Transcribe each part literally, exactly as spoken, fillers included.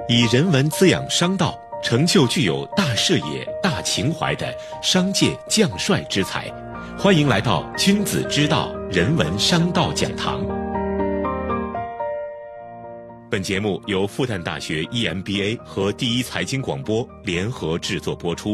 以人文滋养商道，成就具有大视野、大情怀的商界将帅之才。欢迎来到君子之道人文商道讲堂。本节目由复旦大学 E M B A 和第一财经广播联合制作播出。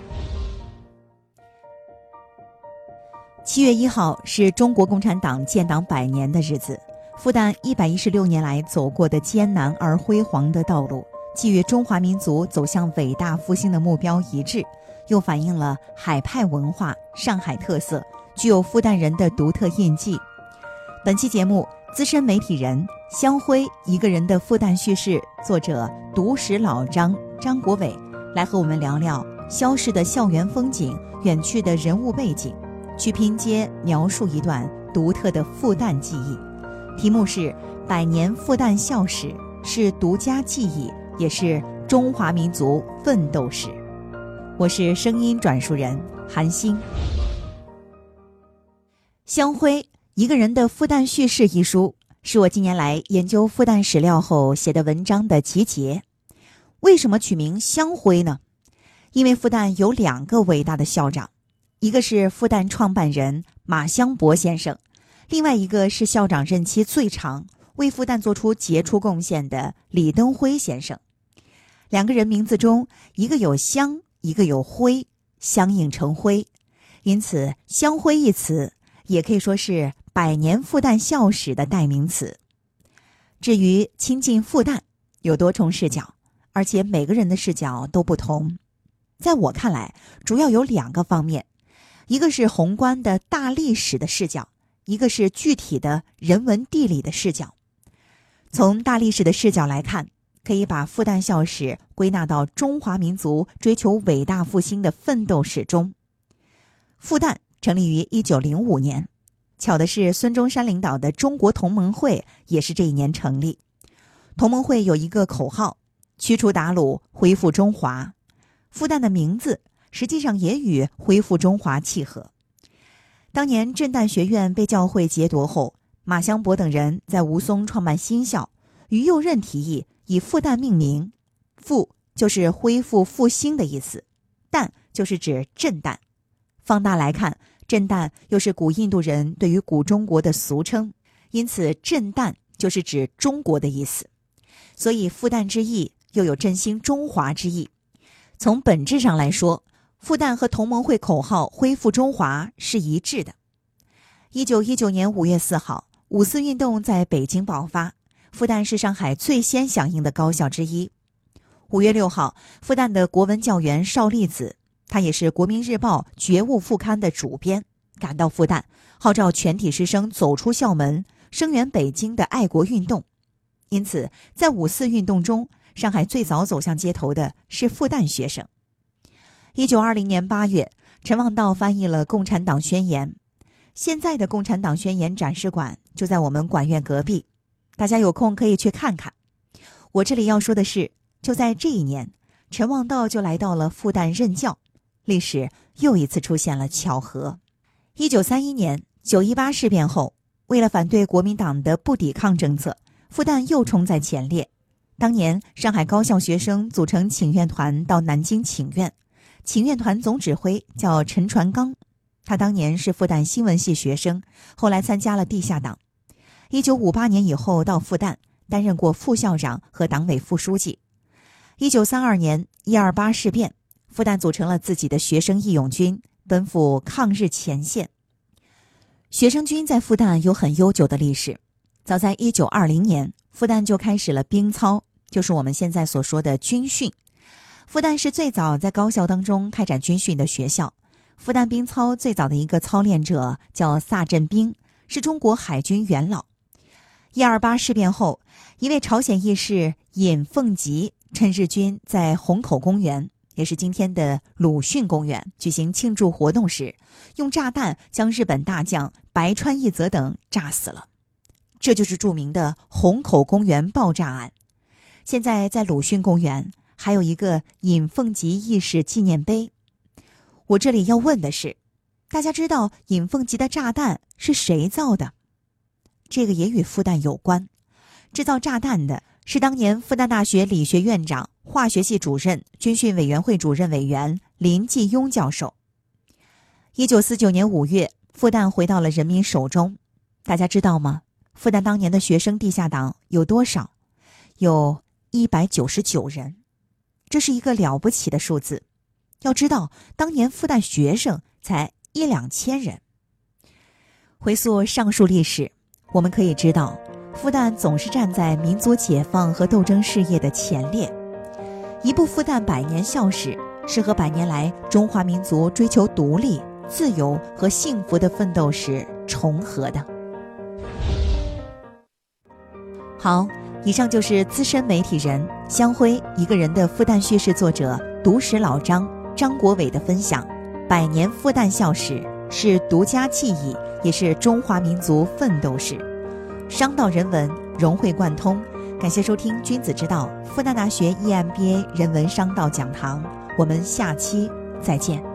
七月一号是中国共产党建党百年的日子，复旦一百一十六年来走过的艰难而辉煌的道路，既与中华民族走向伟大复兴的目标一致，又反映了海派文化、上海特色，具有复旦人的独特印记。本期节目，资深媒体人香辉一个人的复旦叙事作者读史老张张国伟来和我们聊聊消逝的校园风景、远去的人物背景，去拼接描述一段独特的复旦记忆。题目是百年复旦校史，是独家记忆，也是中华民族奋斗史。我是声音转述人韩星。香辉一个人的复旦叙事一书，是我近年来研究复旦史料后写的文章的集结。为什么取名香辉呢？因为复旦有两个伟大的校长，一个是复旦创办人马相伯先生，另外一个是校长任期最长、为复旦做出杰出贡献的李登辉先生。两个人名字中，一个有香，一个有辉，相映成辉，因此香辉一词也可以说是百年复旦校史的代名词。至于亲近复旦，有多重视角，而且每个人的视角都不同。在我看来，主要有两个方面，一个是宏观的大历史的视角，一个是具体的人文地理的视角。从大历史的视角来看，可以把复旦校史归纳到中华民族追求伟大复兴的奋斗史中。复旦成立于一九零五年，巧的是孙中山领导的中国同盟会也是这一年成立。同盟会有一个口号：驱除鞑虏，恢复中华。复旦的名字实际上也与恢复中华契合。当年震旦学院被教会劫夺后，马相伯等人在吴淞创办新校，于右任提议以复旦命名。复就是恢复复兴的意思，旦就是指震旦。放大来看，震旦又是古印度人对于古中国的俗称，因此震旦就是指中国的意思。所以复旦之意又有振兴中华之意。从本质上来说，复旦和同盟会口号恢复中华是一致的。一九一九年五月四号，五四运动在北京爆发，复旦是上海最先响应的高校之一。五月六号，复旦的国文教员邵力子，他也是国民日报觉悟副刊的主编，赶到复旦，号召全体师生走出校门，声援北京的爱国运动。因此在五四运动中，上海最早走向街头的是复旦学生。一九二零年八月，陈望道翻译了《共产党宣言》，现在的《共产党宣言》展示馆就在我们馆院隔壁，大家有空可以去看看。我这里要说的是，就在这一年，陈望道就来到了复旦任教，历史又一次出现了巧合。一九三一年九一八事变后，为了反对国民党的不抵抗政策，复旦又冲在前列。当年上海高校学生组成请愿团到南京请愿，请愿团总指挥叫陈传刚，他当年是复旦新闻系学生，后来参加了地下党。一九五八年以后到复旦担任过副校长和党委副书记。一九三二年一二八事变，复旦组成了自己的学生义勇军，奔赴抗日前线。学生军在复旦有很悠久的历史，早在一九二零年，复旦就开始了兵操，就是我们现在所说的军训。复旦是最早在高校当中开展军训的学校。复旦兵操最早的一个操练者叫萨振兵，是中国海军元老。一二八事变后，一位朝鲜义士尹凤吉趁日军在虹口公园，也是今天的鲁迅公园举行庆祝活动时，用炸弹将日本大将白川义则等炸死了。这就是著名的虹口公园爆炸案。现在在鲁迅公园还有一个尹凤吉义士纪念碑。我这里要问的是，大家知道尹凤吉的炸弹是谁造的？这个也与复旦有关。制造炸弹的是当年复旦大学理学院长、化学系主任、军训委员会主任委员林继庸教授。一九四九年五月，复旦回到了人民手中。大家知道吗？复旦当年的学生地下党有多少？有一百九十九人，这是一个了不起的数字。要知道，当年复旦学生才一两千人。回溯上述历史，我们可以知道，复旦总是站在民族解放和斗争事业的前列。一部复旦百年校史，是和百年来中华民族追求独立、自由和幸福的奋斗史重合的。好，以上就是资深媒体人香辉一个人的复旦叙事作者读史老张张国伟的分享。百年复旦校史是独家记忆，也是中华民族奋斗史。商道人文，融会贯通。感谢收听君子之道复旦大学 E M B A 人文商道讲堂，我们下期再见。